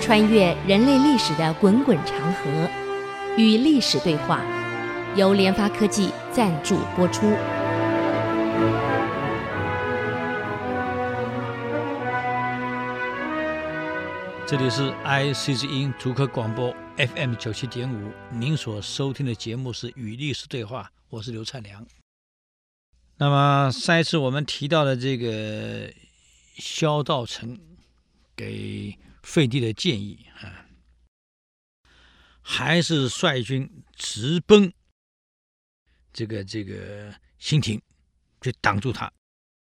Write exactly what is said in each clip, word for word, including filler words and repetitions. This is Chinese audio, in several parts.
穿越人类历史的滚滚长河，与历史对话，由联发科技赞助播出。 这里是 I C C 音竹科广播 F M 九七点五，您所收听的节目是与历史对话，我是刘灿良。那么上一次我们提到的这个萧道成给废帝的建议啊，还是率军直奔这个这个兴亭，去挡住他。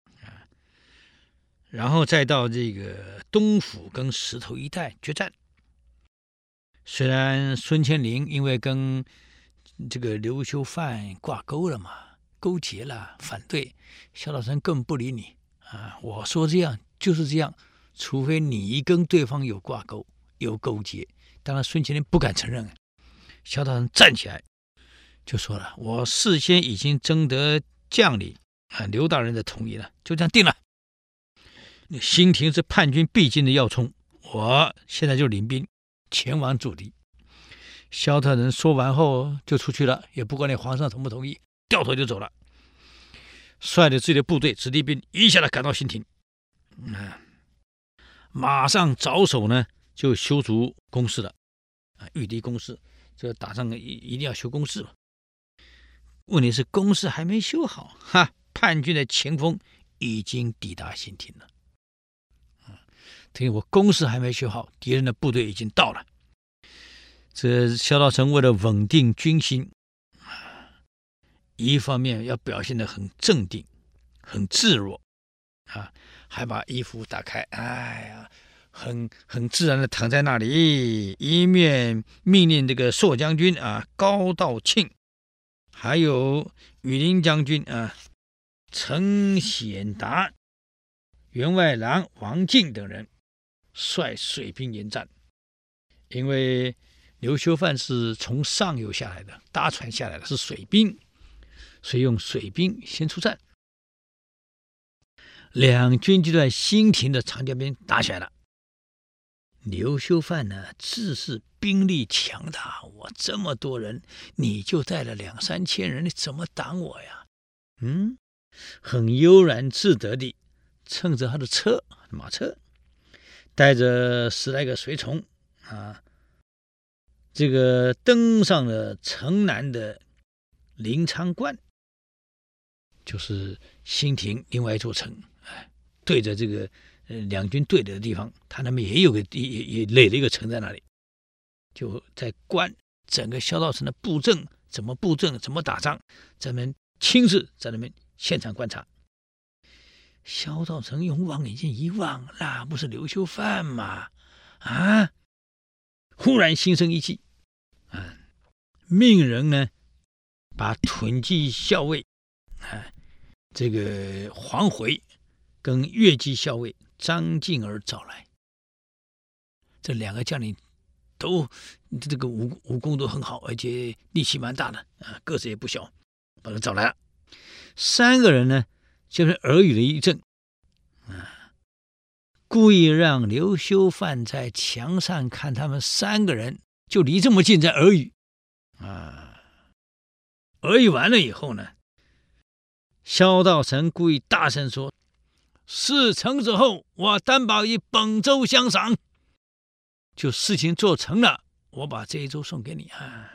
然后再到这个东府跟石头一带决战。虽然孙千龄因为跟这个刘修范挂钩了嘛，勾结了，反对，萧道成更不理你啊！我说这样就是这样，除非你跟对方有挂钩、有勾结。当然，孙千龄不敢承认。萧道成站起来就说了：“我事先已经征得将领啊刘大人的同意了，就这样定了。兴亭是叛军必经的要冲，我现在就领兵前往阻敌。”萧道成说完后就出去了，也不管你皇上同不同意，掉头就走了，率着自己的部队子弟兵一下子赶到兴亭，嗯，马上着手呢就修筑工事了，啊，御敌工事，这打仗一一定要修工事嘛。问题是工事还没修好，哈，叛军的前锋已经抵达兴亭了。等于我工事还没修好，敌人的部队已经到了。这萧道成为了稳定军心，一方面要表现得很镇定、很自若啊，还把衣服打开，哎呀，很很自然的躺在那里，一面命令这个朔将军啊高道庆，还有羽林将军啊陈显达、员外郎王进等人率水兵迎战。因为刘修范是从上游下来的，搭船下来的，是水兵，所以用水兵先出战。两军就在兴亭的长江边打起来了。刘修范呢，自是兵力强大，我这么多人，你就带了两三千人，你怎么挡我呀？嗯，很悠然自得地乘着他的车，马车，带着十来个随从啊，这个登上了城南的临昌关，就是兴亭另外一座城，哎，对着这个呃两军对垒的地方，他那边也有个也也垒了一个城在那里，就在关整个萧道成的布阵，怎么布阵，怎么打仗，咱们亲自在那边现场观察。萧道成用望远镜一望，那不是刘修范吗？啊！忽然心生一计，啊，命人呢把屯骑校尉啊，这个黄回跟越骑校尉张敬儿找来。这两个将领都这个武武功都很好，而且力气蛮大的啊，个子也不小，把他找来了。三个人呢，就是耳语了一阵，啊，故意让刘修范在墙上看他们三个人就离这么近在耳语，啊，耳语完了以后呢，萧道成故意大声说：“事成之后，我担保以本州相赏。就事情做成了，我把这一州送给你啊。”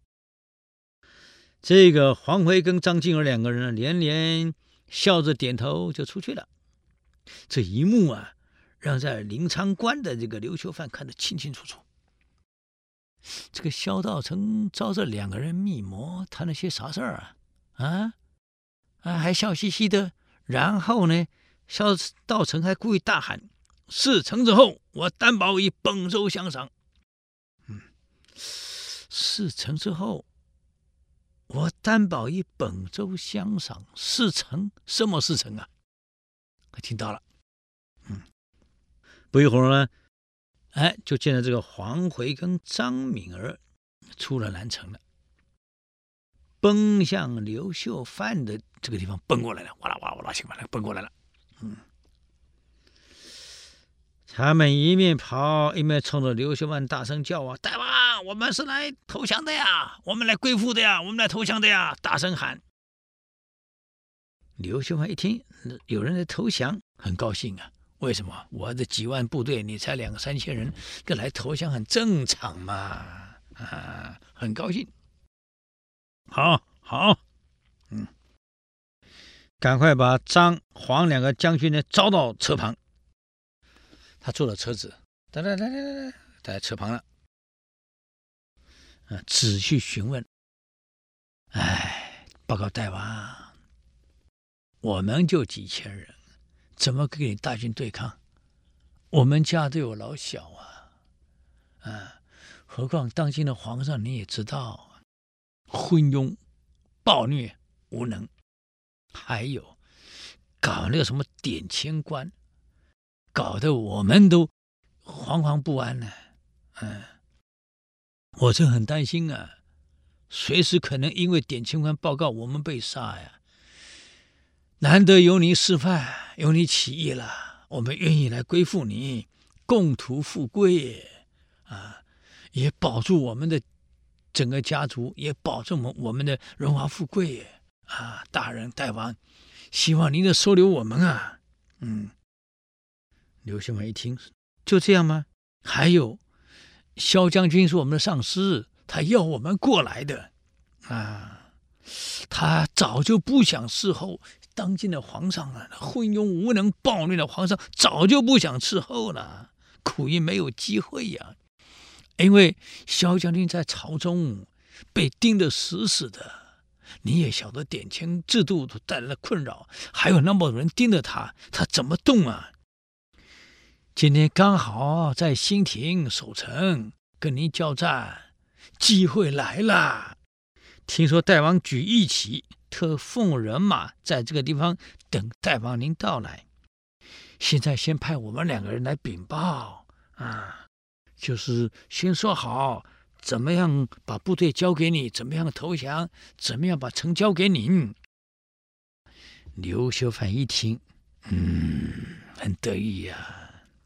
这个黄回跟张敬儿两个人连连笑着点头就出去了。这一幕啊，让在临昌关的这个刘修范看得清清楚楚。这个萧道成招这两个人密谋，谈了些啥事儿啊？啊啊，还笑嘻嘻的。然后呢，萧道成还故意大喊：“事成之后，我担保以本州相赏。”嗯，事成之后，我担保以本州相赏。事成什么事成啊？听到了。嗯，不一会儿呢，哎，就见到这个黄回跟张敏儿出了南城了，奔向刘秀范的这个地方奔过来了，哇啦哇啦哇啦，行吧，奔过来了。嗯， 他们一面跑一面冲着刘秀范大声叫啊：“大王，我们是来投降的呀，我们来归附的呀，我们来投降的呀！”大声喊。刘秀范一听有人来投降，很高兴啊。为什么？我的几万部队，你才两三千人，这来投降很正常嘛，啊，很高兴。好，好，嗯，赶快把张、黄两个将军呢招到车旁。他坐了车子，哒哒哒哒哒，在车旁了。啊，仔细询问。哎，报告大王，我们就几千人，怎么跟你大军对抗？我们家都有老小啊，啊，何况当今的皇上你也知道，昏庸、暴虐、无能，还有搞那个什么点签官，搞得我们都惶惶不安呢。嗯，我真很担心啊，随时可能因为点签官报告我们被杀呀。难得有你示范，有你起义了，我们愿意来归附你，共图富贵啊，也保住我们的整个家族，也保证我们我们的荣华富贵啊！大人大王，希望您能收留我们啊！嗯，刘秀范一听，就这样吗？还有，萧将军是我们的上司，他要我们过来的啊，他早就不想伺候当今的皇上了，昏庸无能、暴虐的皇上早就不想伺候了，苦于没有机会呀。因为萧将军在朝中被盯得死死的，你也晓得点签制度带来的困扰，还有那么多人盯着他，他怎么动啊？今天刚好在新亭守城跟您交战，机会来了。听说大王举义旗，特奉人马在这个地方等大王您到来。现在先派我们两个人来禀报啊，就是先说好怎么样把部队交给你，怎么样投降，怎么样把城交给您。刘秀范一听，嗯，很得意呀、啊。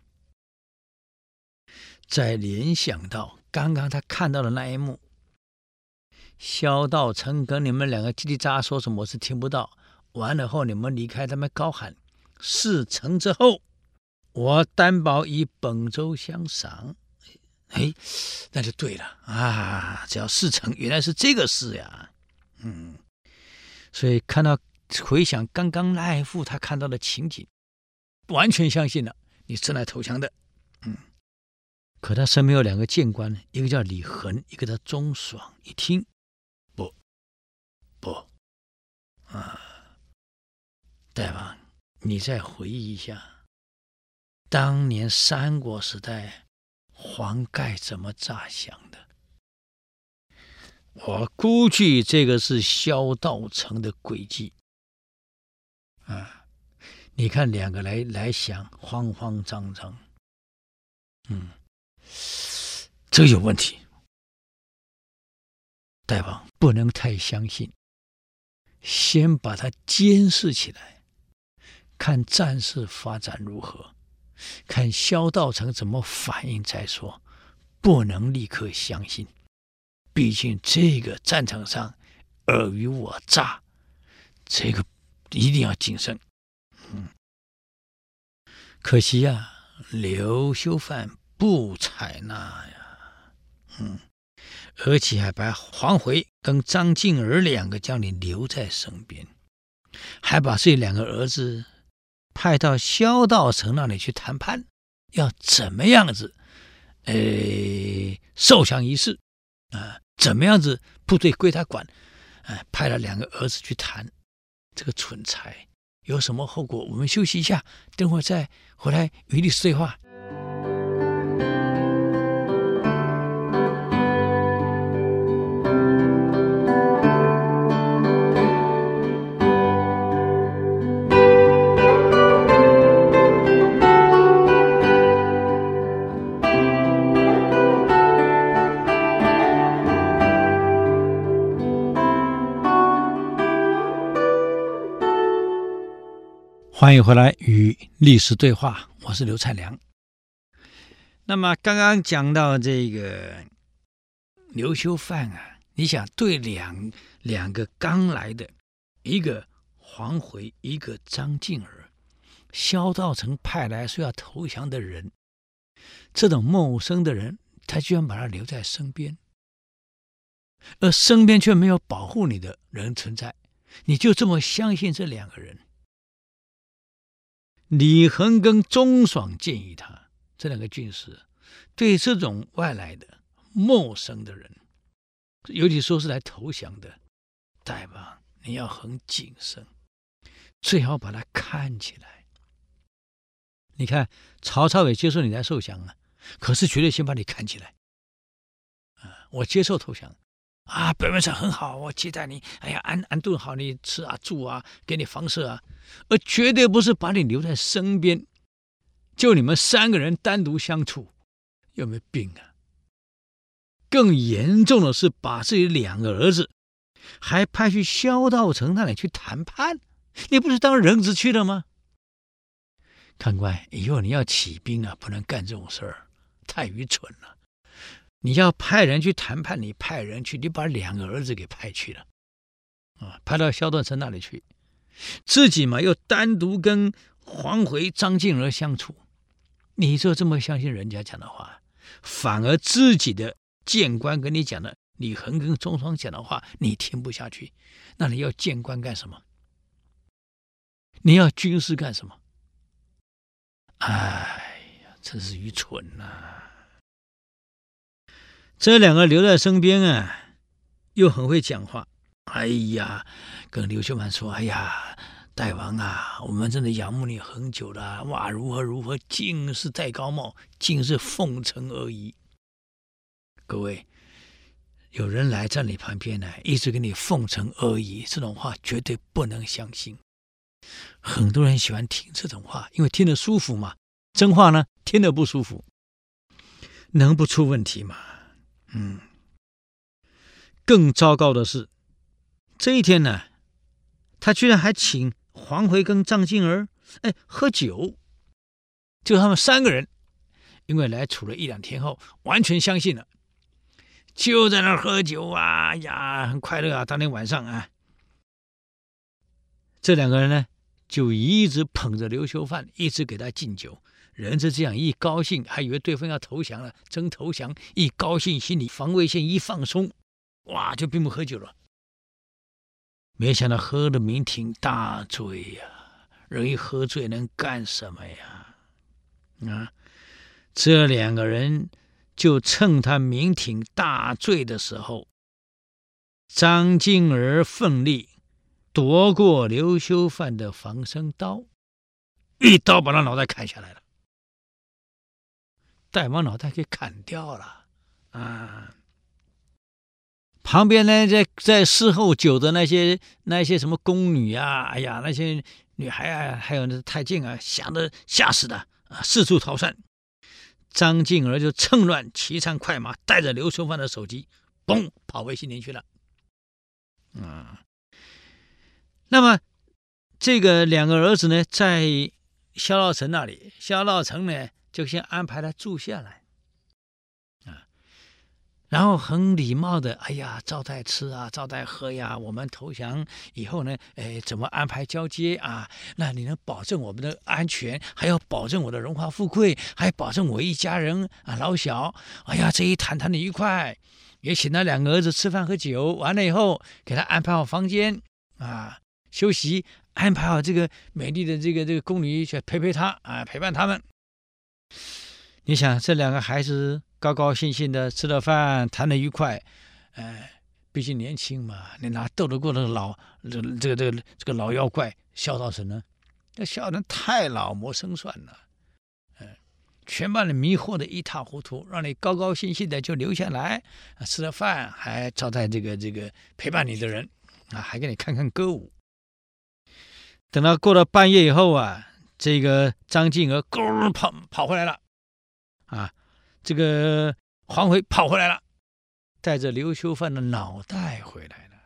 再联想到刚刚他看到的那一幕，萧道成跟你们两个叽叽喳喳说什么我是听不到，完了后你们离开，他们高喊事成之后，我担保以本州相赏。哎，那就对了啊！只要事成，原来是这个事呀。嗯，所以看到回想刚刚那一幅他看到的情景，完全相信了你是来投降的。嗯，可他身边有两个谏官，一个叫李恒，一个叫钟爽。一听，不不啊，大王，你再回忆一下，当年三国时代黄盖怎么诈降的？我估计这个是萧道成的诡计啊！你看两个来来想，慌慌张张，嗯，这有问题。大王不能太相信，先把他监视起来，看战事发展如何，看萧道成怎么反应再说，不能立刻相信。毕竟这个战场上尔虞我诈，这个一定要谨慎。嗯，可惜啊，刘秀范不采纳呀，嗯，而且还把黄回跟张敬儿两个将领留在身边，还把这两个儿子派到萧道成那里去谈判，要怎么样子，呃，受降一事啊，怎么样子部队归他管，啊，派了两个儿子去谈，这个蠢材有什么后果？我们休息一下，等会儿再回来与历史对话。欢迎回来与历史对话，我是刘灿良。 那么刚刚讲到这个刘修范啊，你想对两两个刚来的，一个黄回，一个张敬儿，萧道成派来说要投降的人，这种陌生的人，他居然把他留在身边，而身边却没有保护你的人存在，你就这么相信这两个人？李恒跟钟爽建议他，这两个军师对这种外来的陌生的人，尤其说是来投降的，大王你要很谨慎，最好把他看起来。你看曹操也接受你来受降啊，可是绝对先把你看起来。啊，我接受投降啊，表面上很好，我接待你，哎呀，安安顿好你吃啊住啊，给你房舍啊，而绝对不是把你留在身边，就你们三个人单独相处，有没有病啊？更严重的是把自己两个儿子还派去萧道成那里去谈判，你不是当人质去了吗？看官，以后你要起兵啊，不能干这种事儿，太愚蠢了。你要派人去谈判，你派人去，你把两个儿子给派去了，啊，派到萧道成那里去，自己嘛又单独跟黄回、张敬儿相处，你就这么相信人家讲的话，反而自己的谏官跟你讲的，李恒跟钟爽讲的话，你听不下去，那你要谏官干什么？你要军事干什么？哎呀，真是愚蠢呐、啊！这两个留在身边啊，又很会讲话。哎呀，跟刘秀满说：“哎呀，大王啊，我们真的仰慕你很久了，哇，如何如何，尽是戴高帽，尽是奉承而已。”各位，有人来在你旁边呢，一直跟你奉承而已，这种话绝对不能相信。很多人喜欢听这种话，因为听得舒服嘛。真话呢，听得不舒服，能不出问题吗？嗯。更糟糕的是，这一天呢，他居然还请黄回跟张敬儿哎喝酒，就他们三个人，因为来处了一两天后，完全相信了，就在那儿喝酒啊，哎呀，很快乐啊。当天晚上啊，这两个人呢，就一直捧着刘修范，一直给他敬酒。人是这样，一高兴还以为对方要投降了，真投降，一高兴心里防卫线一放松，哇，就闭目喝酒了。没想到喝的酩酊大醉呀、啊！人一喝醉能干什么呀？啊，这两个人就趁他酩酊大醉的时候，张敬儿奋力夺过刘修范的防身刀，一刀把他脑袋砍下来了。带把脑袋给砍掉了啊！旁边呢，在在事后酒的那些那些什么宫女啊，哎呀，那些女孩啊，还有那太监啊，吓得吓死的啊，四处逃窜。张敬儿就趁乱骑上快马，带着刘修范的手机，嘣，跑回新田去了。啊，那么这个两个儿子呢，在萧道成那里，萧道成呢，就先安排他住下来，啊，然后很礼貌的，哎呀，招待吃啊，招待喝呀。我们投降以后呢，哎，怎么安排交接啊？那你能保证我们的安全，还要保证我的荣华富贵，还保证我一家人啊老小。哎呀，这一谈谈的愉快，也请他两个儿子吃饭喝酒，完了以后给他安排好房间啊，休息，安排好这个美丽的这个这个宫女去陪陪他啊，陪伴他们。你想这两个孩子高高兴兴的吃了饭，谈得愉快，哎，毕竟年轻嘛，你哪斗得过那个老这个这个这个这个老妖怪萧道成呢？那萧道成太老谋深算了，哎，全把你迷惑的一塌糊涂，让你高高兴兴的就留下来，吃了饭还招待这个这个陪伴你的人啊，还给你看看歌舞。等到过了半夜以后啊，这个张敬儿咕跑跑回来了，啊，这个黄回跑回来了，带着刘修范的脑袋回来了。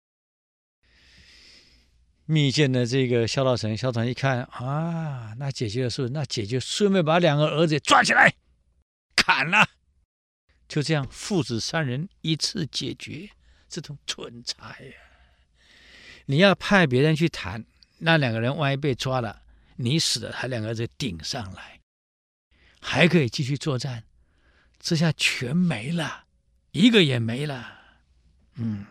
密见的这个萧道成，萧道成一看啊，那解决了事，那解决，顺便把两个儿子抓起来， 砍了。就这样，父子三人一次解决，这种蠢材呀！你要派别人去谈，那两个人万一被抓了，你死了，他两个人顶上来，还可以继续作战。这下全没了，一个也没了。嗯，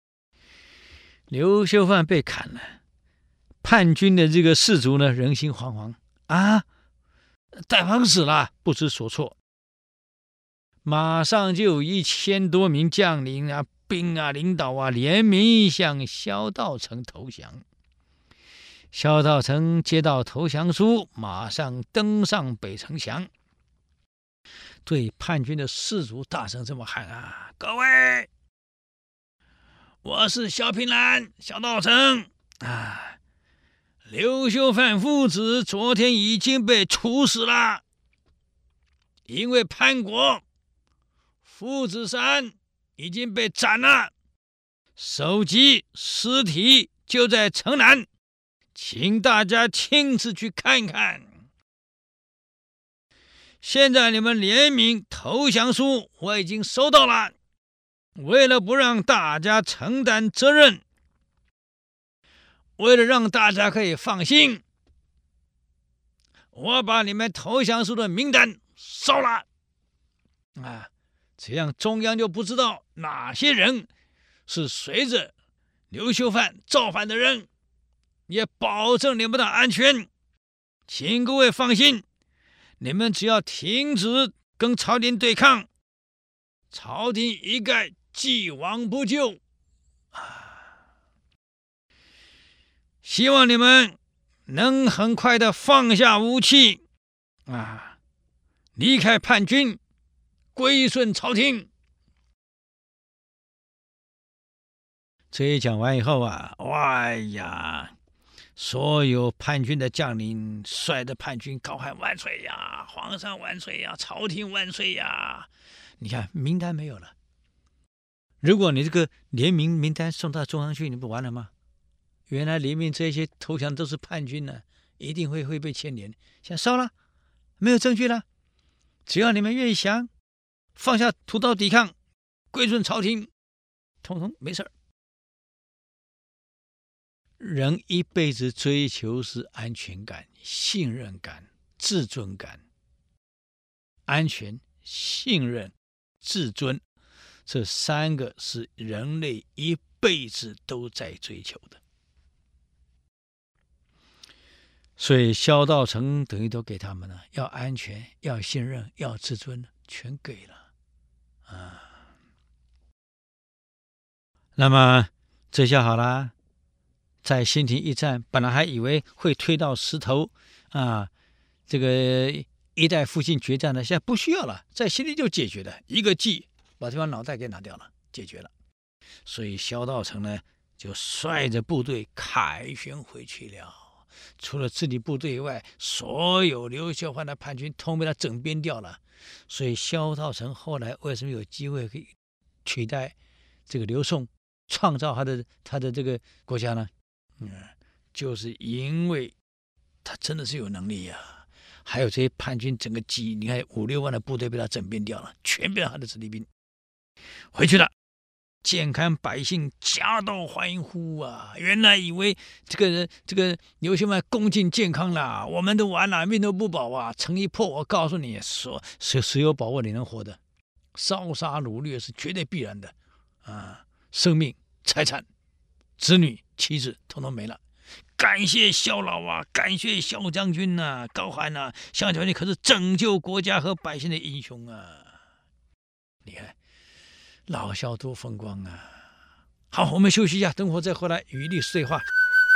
刘秀范被砍了，叛军的这个士卒呢，人心惶惶啊，戴皇死了，不知所措。马上就有一千多名将领啊、兵啊、领导啊联名向萧道成投降。萧道成接到投降书，马上登上北城墙，对叛军的士卒大声这么喊啊：各位，我是萧平兰、萧道成啊，刘秀范父子昨天已经被处死了，因为叛国，父子三已经被斩了，首级尸体就在城南，请大家亲自去看看。现在你们联名投降书我已经收到了，为了不让大家承担责任，为了让大家可以放心，我把你们投降书的名单烧了啊！这样中央就不知道哪些人是随着刘秀范造反的人，也保证你们的安全。请各位放心，你们只要停止跟朝廷对抗，朝廷一概既往不咎啊！希望你们能很快的放下武器啊，离开叛军，归顺朝廷。这一讲完以后啊，哎呀，所有叛军的将领率着叛军高喊万岁呀，皇上万岁呀，朝廷万岁呀！你看名单没有了，如果你这个联名名单送到中央去，你不完了吗？原来联名这些投降都是叛军呢，一定会会被牵连。现在烧了，没有证据了，只要你们愿意降，放下屠刀抵抗，归顺朝廷，统统没事。人一辈子追求是安全感、信任感、自尊感。安全、信任、自尊，这三个是人类一辈子都在追求的。所以萧道成等于都给他们了，要安全，要信任，要自尊，全给了啊。那么这下好了，在新亭一战，本来还以为会推到石头啊，这个一带附近决战的，现在不需要了，在新亭就解决了，一个计把对方脑袋给拿掉了，解决了。所以萧道成呢，就率着部队凯旋回去了。除了自己部队以外，所有刘秀范的叛军通被他整编掉了。所以萧道成后来为什么有机会可以取代这个刘宋，创造他的他的这个国家呢？嗯，就是因为他真的是有能力呀、啊。还有这些叛军，整个几你看五六万的部队被他整编掉了，全变成他的子弟兵。回去了，健康百姓夹道欢呼啊！原来以为这个这个刘秀范攻进健康了，我们都完了，命都不保啊！城一破，我告诉你说，谁谁有把握你能活的？烧杀掳掠是绝对必然的啊！生命、财产、子女、妻子，统统没了。感谢萧老啊，感谢萧将军啊，高喊啊，萧将军可是拯救国家和百姓的英雄啊！你看。老萧多风光啊！好，我们休息一下，等会再回来与历史对话。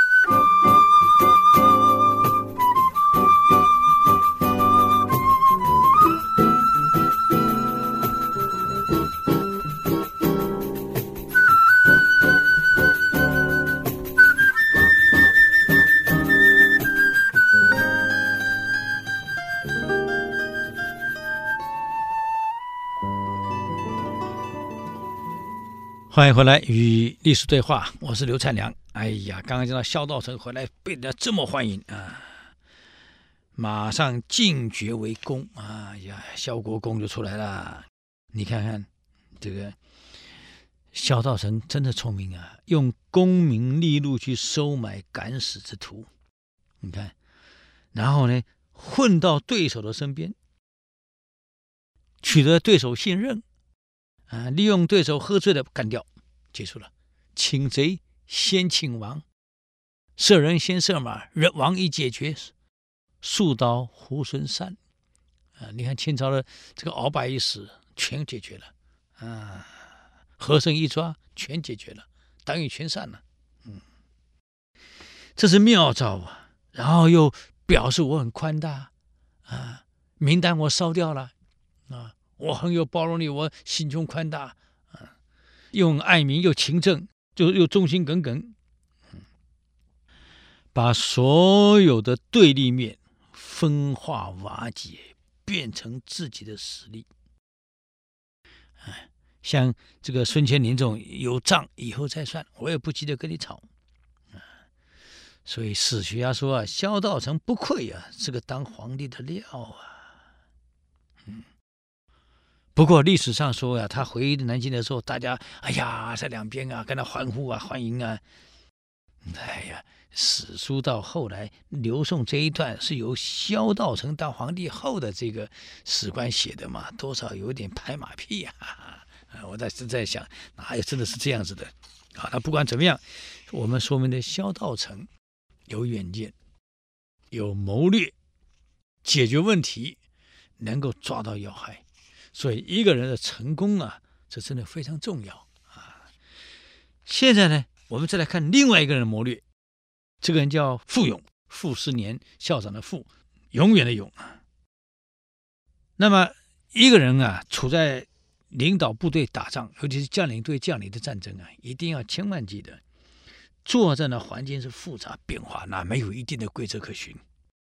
欢迎回来与历史对话，我是刘灿良。哎呀，刚刚讲到萧道成回来被人家这么欢迎啊， 马上进爵为公啊呀，萧国公就出来了。你看看这个萧道成真的聪明啊，用功名利禄去收买敢死之徒。你看，然后呢，混到对手的身边，取得对手信任啊，利用对手喝醉了干掉，结束了。请贼先请王，射人先射马，人王一解决，树刀猢狲散啊！你看清朝的这个鳌拜一死，全解决了啊！和珅一抓，全解决了，党羽全散了。嗯，这是妙招啊！然后又表示我很宽大啊，名单我烧掉了啊，我很有包容力，我心胸宽大啊，又爱民又勤政，就又忠心耿耿，嗯，把所有的对立面分化瓦解，变成自己的实力。哎，像这个孙乾林这种有账以后再算，我也不急着跟你吵。所以史学家说啊，萧道成不愧啊，是个当皇帝的料啊。嗯，不过历史上说啊，他回南京的时候，大家哎呀在两边啊跟他欢呼啊欢迎啊。哎呀，史书到后来刘宋这一段是由萧道成当皇帝后的这个史官写的嘛，多少有点拍马屁啊。我在在想，哪有真的是这样子的啊？那不管怎么样，我们说明的萧道成有远见，有谋略，解决问题，能够抓到要害。所以一个人的成功啊，这真的非常重要啊。现在呢，我们再来看另外一个人的谋略。这个人叫傅永，傅斯年校长的傅，永远的永啊。那么一个人啊，处在领导部队打仗，尤其是将领对将领的战争啊，一定要千万记得，作战的环境是复杂变化，那没有一定的规则可循，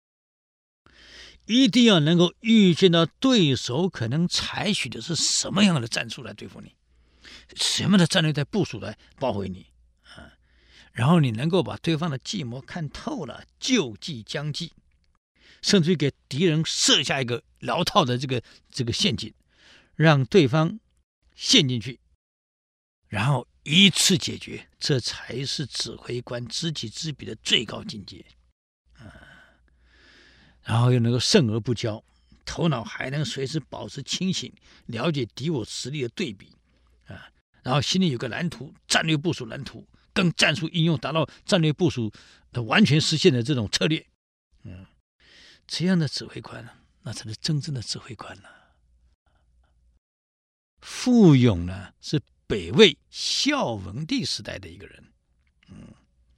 一定要能够预见到对手可能采取的是什么样的战术来对付你，什么样的战略在部署来包围你啊，然后你能够把对方的计谋看透了，救计将计，甚至于给敌人设下一个牢套的这个这个陷阱，让对方陷进去，然后一次解决，这才是指挥官知己知彼的最高境界啊！然后又能够胜而不骄，头脑还能随时保持清醒，了解敌我实力的对比啊！然后心里有个蓝图，战略部署蓝图，跟战术应用达到战略部署的完全实现的这种策略，嗯，这样的指挥官，那才是真正的指挥官了。傅永呢，是北魏孝文帝时代的一个人。嗯，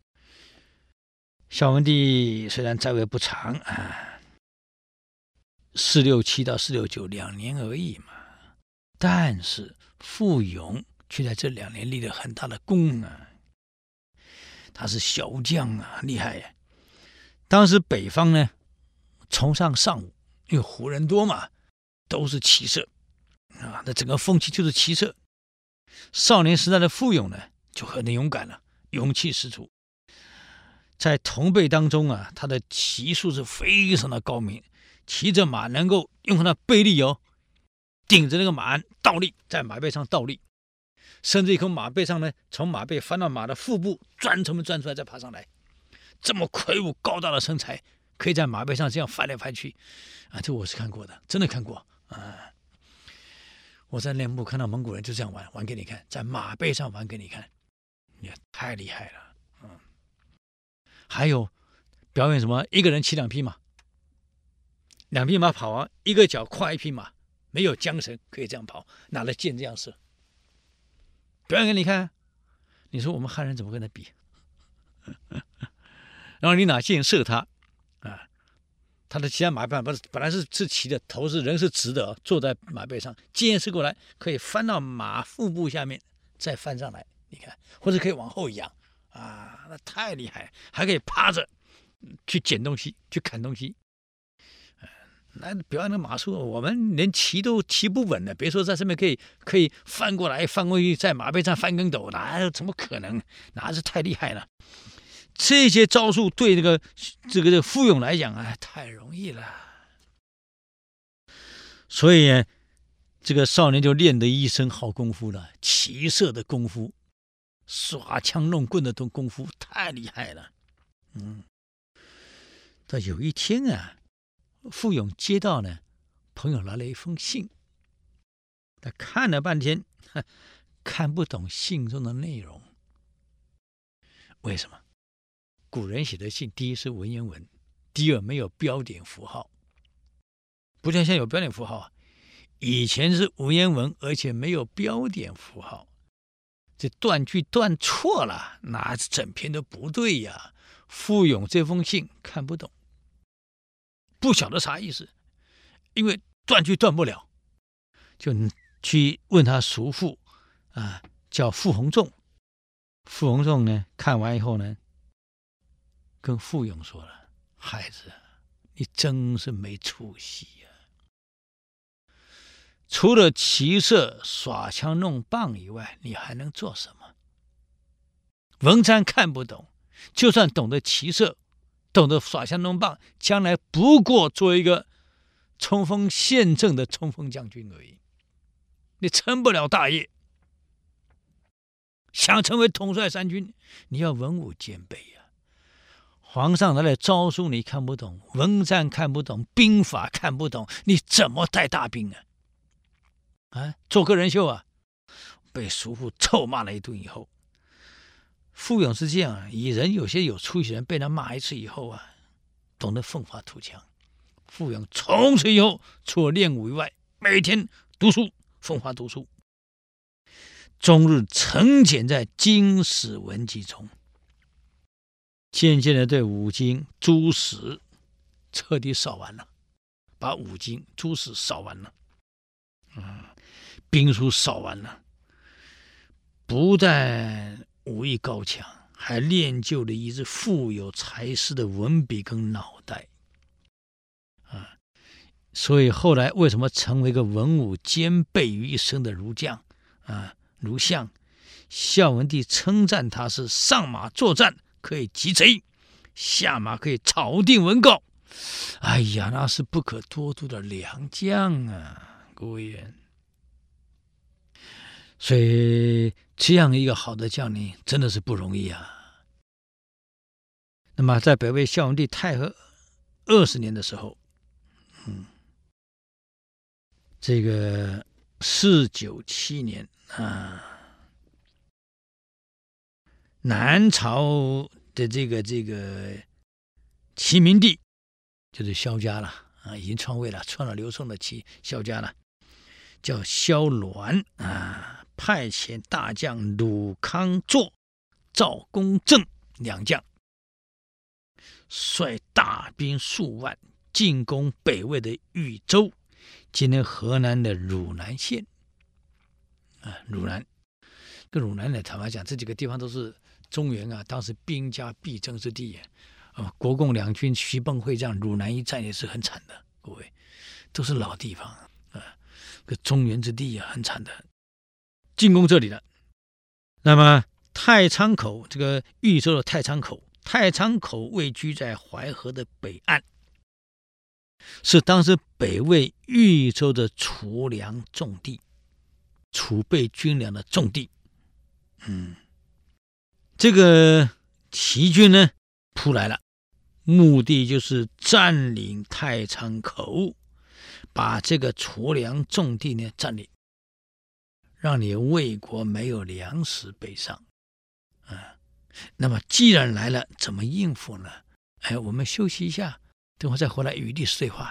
孝文帝虽然在位不长啊，四六七到四六九两年而已嘛，但是傅永却在这两年立了很大的功啊。他是小将啊，厉害呀！当时北方呢，崇尚尚武，因为胡人多嘛，都是骑射。啊，那整个风气就是骑射。少年时代的傅永呢，就很勇敢了，勇气十足。在同辈当中啊，他的骑术是非常的高明，骑着马能够用他的背力哦，顶着那个马鞍倒立，在马背上倒立，甚至从马背上呢，从马背翻到马的腹部，钻从钻出来再爬上来。这么魁梧高大的身材，可以在马背上这样翻来翻去啊！这我是看过的，真的看过啊！我在内蒙看到蒙古人就这样玩，玩给你看，在马背上玩给你看，也太厉害了。嗯，还有表演什么？一个人骑两匹马，两匹马跑完，一个脚跨一匹马，没有缰绳可以这样跑，拿了箭这样射，表演给你看。你说我们汉人怎么跟他比？然后你拿箭射他啊！他的骑在马背上，本来是是骑的，头是人是直的，坐在马背上，箭射过来可以翻到马腹部下面，再翻上来，你看，或者可以往后仰啊，那太厉害，还可以趴着去捡东西，去砍东西。那表演的马术，我们连骑都骑不稳了，别说在上面可以可以翻过来翻过去，在马背上翻跟斗，哪怎么可能？那是太厉害了。 这些招数对这个这个这个傅勇来讲啊，太容易了。所以呢，这个少年就练得一身好功夫了，骑射的功夫，耍枪弄棍的功夫太厉害了。嗯，到有一天啊，傅勇接到呢朋友来了一封信，他看了半天，看不懂信中的内容。为什么？古人写的信，第一是文言文，第二没有标点符号，不像现在有标点符号，以前是文言文，而且没有标点符号，这断句断错了，那整篇都不对呀。傅勇这封信看不懂，不晓得啥意思，因为断句断不了，就去问他叔父啊，叫傅弘仲。傅弘仲呢，看完以后呢，跟傅勇说了：“孩子，你真是没出息呀、啊！除了骑射、耍枪弄棒以外，你还能做什么？文章看不懂，就算懂得骑射，懂得耍枪弄棒，将来不过做一个冲锋陷阵的冲锋将军而已，你成不了大业。想成为统帅三军，你要文武兼备呀、啊。皇上来的诏书你看不懂，文战看不懂，兵法看不懂，你怎么带大兵啊？啊，做个人秀啊！被叔父臭骂了一顿以后，傅勇是这样啊，以人有些有出息人被他骂一次以后啊，懂得奋发图强。傅勇从此以后，除了练武以外，每天读书，奋发读书。终日沉潜在经史文集中，渐渐的对五经诸史彻底扫完了，把五经诸史扫完了，嗯，兵书扫完了，不但武艺高强，还练就了一只富有才思的文笔跟脑袋，啊，所以后来为什么成为一个文武兼备于一身的儒将啊？如相，孝文帝称赞他是上马作战可以击贼，下马可以草定文告。哎呀，那是不可多得的良将啊，各位。所以这样一个好的将领真的是不容易啊。那么在北魏孝文帝太和二十年的时候，嗯，这个四九七年啊，南朝的这个这个齐明帝就是萧家了啊，已经篡位了，篡了刘宋的齐萧家了，叫萧鸾啊，派遣大将鲁康作、赵公正两将，率大兵数万进攻北魏的豫州，今天河南的汝南县。啊，汝南，跟汝南呢，坦白讲，这几个地方都是中原啊，当时兵家必争之地啊。国共两军徐蚌会战，汝南一战也是很惨的，各位，都是老地方啊，个中原之地啊，很惨的。进攻这里了，那么太仓口，这个豫州的太仓口，太仓口位居在淮河的北岸，是当时北魏豫州的储粮重地。储备军粮的重地，嗯，这个齐军呢扑来了，目的就是占领太仓口，把这个储粮重地呢占领，让你魏国没有粮食北上啊。那么既然来了，怎么应付呢？哎，我们休息一下，等会再回来与历史对话。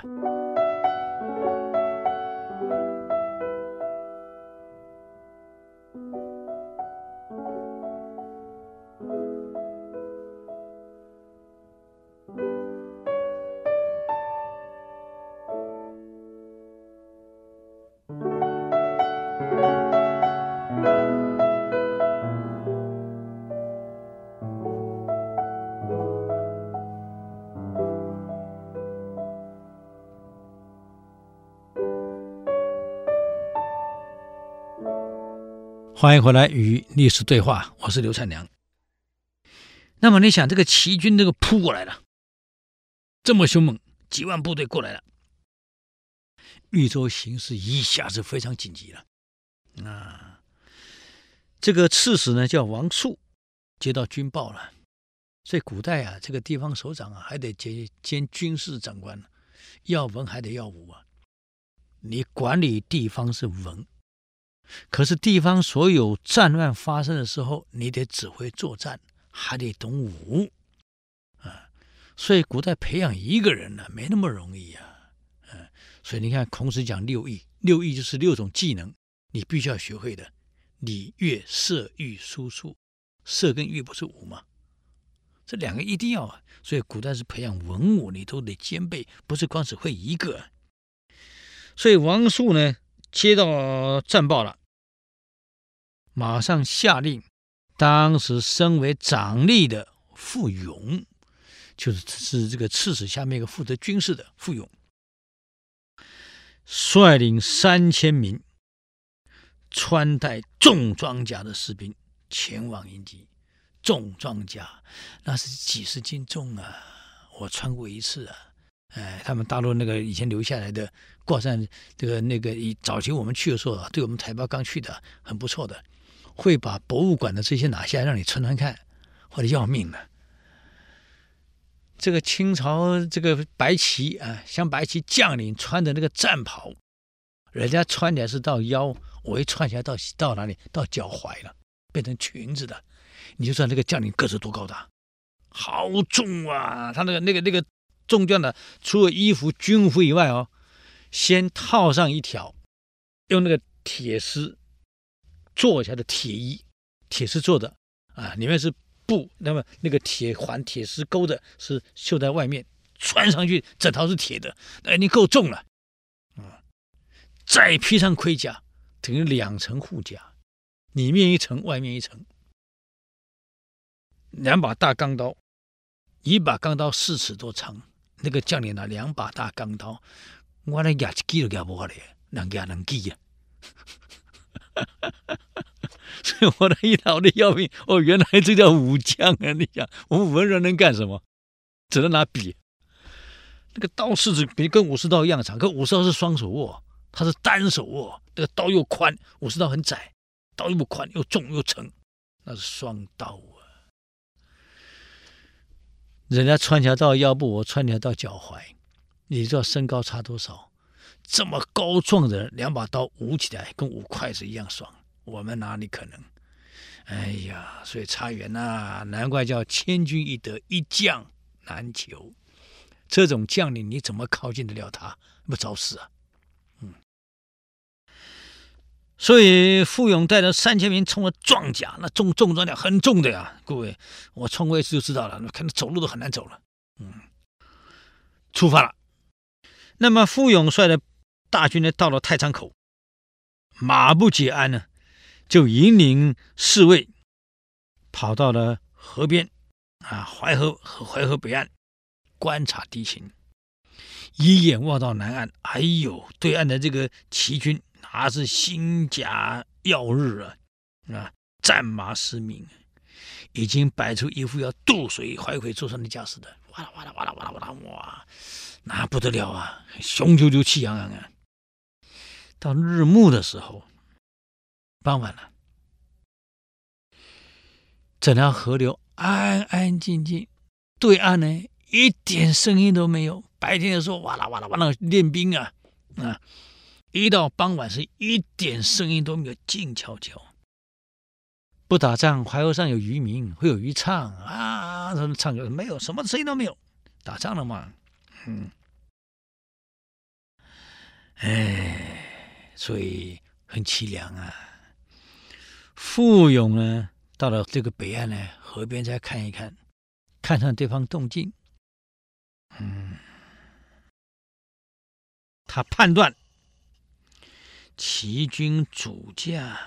欢迎回来与历史对话，我是刘灿良。 那么你想，这个齐军这个扑过来了，这么凶猛，几万部队过来了，豫州形势一下子非常紧急了。啊，这个刺史呢叫王肃，接到军报了。所以古代啊，这个地方首长啊，还得兼兼军事长官，要文还得要武啊。你管理地方是文，可是地方所有战乱发生的时候，你得指挥作战，还得懂武啊。所以古代培养一个人呢、啊，没那么容易啊。嗯，所以你看孔子讲六艺，六艺就是六种技能，你必须要学会的：礼、乐、射、御、书、数。射跟御不是武吗？这两个一定要啊。所以古代是培养文武，你都得兼备，不是光只会一个。所以王肃呢，接到战报了，马上下令，当时身为长吏的傅勇，就是是这个刺史下面一个负责军事的傅勇，率领三千名穿戴重装甲的士兵前往迎击。重装甲那是几十斤重啊，我穿过一次啊。哎，他们大陆那个以前留下来的挂上这个那个，早期我们去的时候啊，对我们台胞刚去的很不错的，会把博物馆的这些拿下来让你穿穿看，或者要命了。这个清朝这个白旗啊，像白旗将领穿的那个战袍，人家穿起来是到腰，我一穿起来到到哪里？到脚踝了，变成裙子的。你就知道那个将领个子多高大，好重啊！他那个那个那个重将的，除了衣服军服以外哦，先套上一条用那个铁丝做起来的铁衣，铁丝做的啊，里面是布，那么那个铁环铁丝钩的是绣在外面，穿上去整套是铁的，哎，你够重了啊！再披上盔甲，等于两层护甲，里面一层，外面一层。两把大钢刀，一把钢刀四尺多长，那个将领拿两把大钢刀，我来压一支都压不下来，能压能支啊！所以我的一老的要命，哦，原来这叫武将啊！你想，我们文人能干什么？只能拿笔。那个刀是指跟武士刀一样长，可武士刀是双手握，它是单手握，那个刀又宽，武士刀很窄，刀又不宽，又重又沉，那是双刀啊！人家穿起来到腰部，我穿起来到脚踝，你知道身高差多少？这么高壮的人，两把刀舞起来跟舞筷子一样爽，我们哪里可能？哎呀，所以差远啊，难怪叫千军易得，一将难求。这种将领你怎么靠近得了他？不找死啊！嗯。所以傅勇带着三千名冲了壮甲，那重重装甲很重的呀，各位，我冲过一次就知道了，看走路都很难走了。嗯，出发了。那么傅勇率的大军呢，到了太仓口，马不解鞍呢，就引领侍卫跑到了河边啊，淮河淮河北岸观察敌情，一眼望到南岸，哎呦，对岸的这个齐军。那是新甲耀日啊，啊，战马嘶鸣，已经摆出一副要渡水淮水坐上的架势的，哇啦哇啦哇啦哇啦哇啦哇，那不得了啊，雄赳赳气昂昂啊！到日暮的时候，傍晚了，整条河流安安静静，对岸呢一点声音都没有。白天的时候哇啦哇啦哇啦练兵啊啊！一到傍晚是一点声音都没有，静悄悄。不打仗，淮河上有渔民，会有渔唱啊，什么唱歌没有，什么声音都没有。打仗了嘛，嗯，哎，所以很凄凉啊。傅勇呢，到了这个北岸呢，河边再看一看，看看对方动静，嗯，他判断。齐军主驾，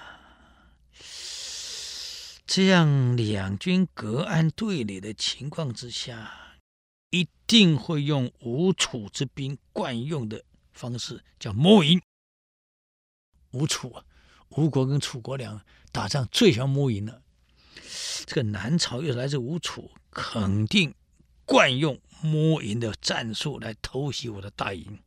这样两军隔岸对垒的情况之下，一定会用吴楚之兵惯用的方式，叫摸营。吴楚啊，吴国跟楚国两打仗最喜欢摸营了。 这个南朝又来自吴楚，肯定惯用摸营的战术来偷袭我的大营。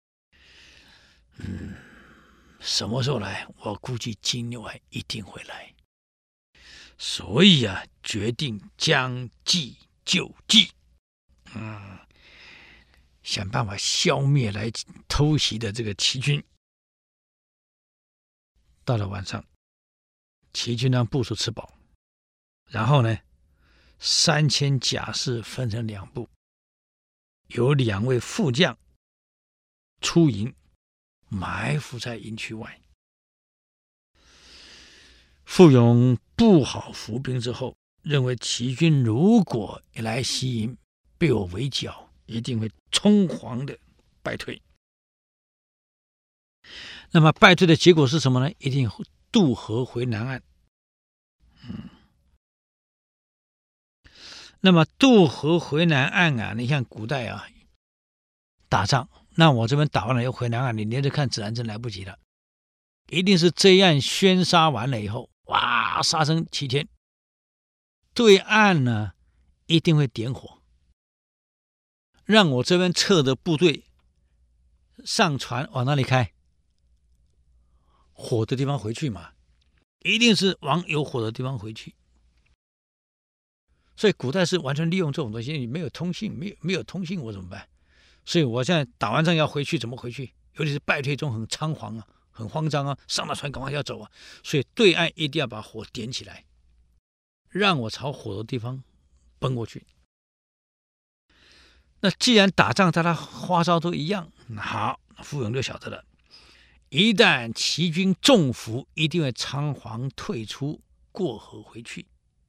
嗯，什么时候来？我估计金牛还一定会来。所以啊，决定将计就计，嗯，想办法消灭来偷袭的这个齐军。到了晚上，齐军让部署吃饱，然后呢，三千甲士分成两部，有两位副将出营，埋伏在营区外。傅勇布好伏兵之后，认为齐军如果来袭营，被我围剿，一定会仓皇的败退。那么败退的结果是什么呢？一定渡河回南岸。嗯，那么渡河回南岸啊，你像古代啊打仗，那我这边打完了又回南岸，你连着看指南针来不及了，一定是这岸宣杀完了以后，哇，杀声齐天，对岸呢一定会点火，让我这边撤的部队上船往哪里开？火的地方回去嘛，一定是往有火的地方回去。所以古代是完全利用这种东西，你没有通信，没有没有通信我怎么办？所以我现在打完仗要回去，怎么回去？尤其是败退中很仓皇啊，很慌张啊，上了船赶快要走啊，所以对岸一定要把火点起来，让我朝火的地方奔过去。那既然打仗大家花招都一样，好，傅勇就晓得了，一旦齐军中伏，一定会仓皇退出，过河回去。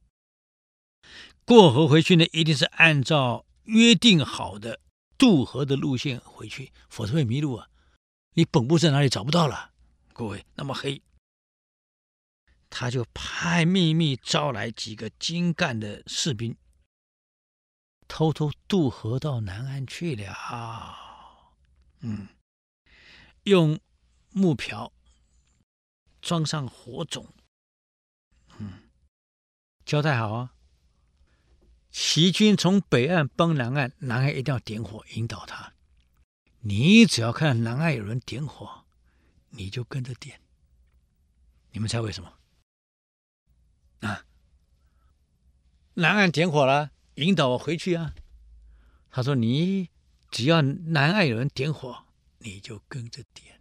过河回去呢，一定是按照约定好的渡河的路线回去，否则会迷路啊！你本部在哪里找不到了，各位，那么黑，他就派秘密招来几个精干的士兵，偷偷渡河到南岸去了。嗯，用木瓢装上火种，嗯，交代好啊。齐军从北岸奔南岸，南岸一定要点火引导他。你只要看南岸有人点火，你就跟着点。你们猜为什么？啊，南岸点火了，引导我回去啊。他说：“你只要南岸有人点火，你就跟着点。”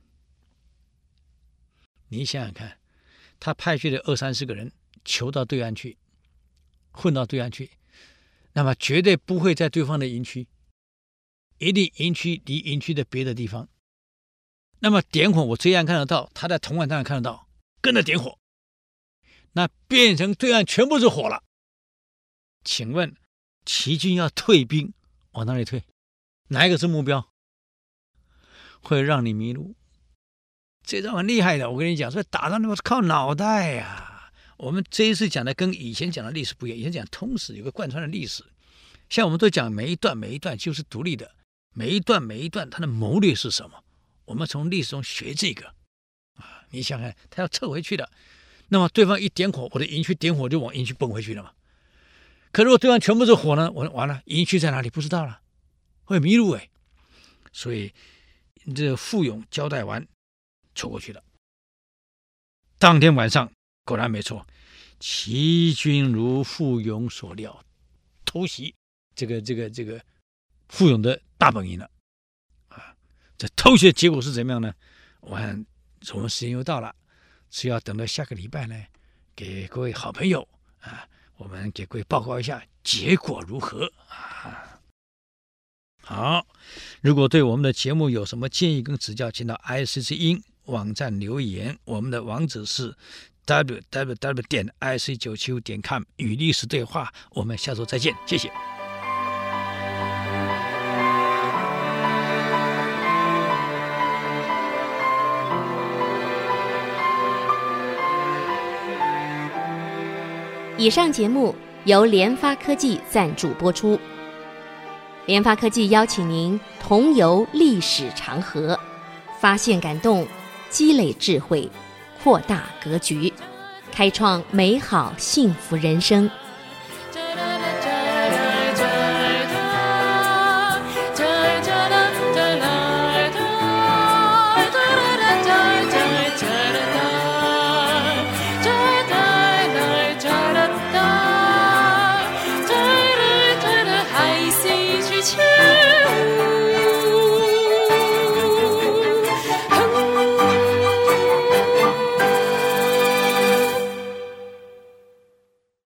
你想想看，他派去的二三十个人求到对岸去，混到对岸去。那么绝对不会在对方的营区，一定营区离营区的别的地方。那么点火，我这样看得到，他在同岸当然看得到，跟着点火，那变成对岸全部是火了。请问齐军要退兵，往哪里退？哪一个是目标？会让你迷路。这招很厉害的，我跟你讲，所以打仗那是靠脑袋呀、啊。我们这一次讲的跟以前讲的历史不一样，以前讲通史有个贯穿的历史，像我们都讲每一段每一段就是独立的，每一段每一段它的谋略是什么，我们从历史中学这个啊，你想想，他要撤回去的，那么对方一点火，我的营区点火就往营区奔回去了嘛。可如果对方全部是火呢，我完了，营区在哪里不知道了，会迷路哎。所以这个傅勇交代完，抽过去了。当天晚上。果然没错，齐军如傅勇所料，偷袭这个这个这个傅勇的大本营了啊！这偷袭的结果是怎么样呢？我看我们时间又到了，是要等到下个礼拜呢，给各位好朋友啊，我们给各位报告一下结果如何啊！好，如果对我们的节目有什么建议跟指教，请到 I C C 音网站留言，我们的网址是double u double u double u 点 i c 九七五点 com 与历史对话，我们下周再见，谢谢。 以上节目由联发科技赞助播出。联发科技邀请您同游历史长河，发现感动，积累智慧，扩大格局，开创美好幸福人生。 情。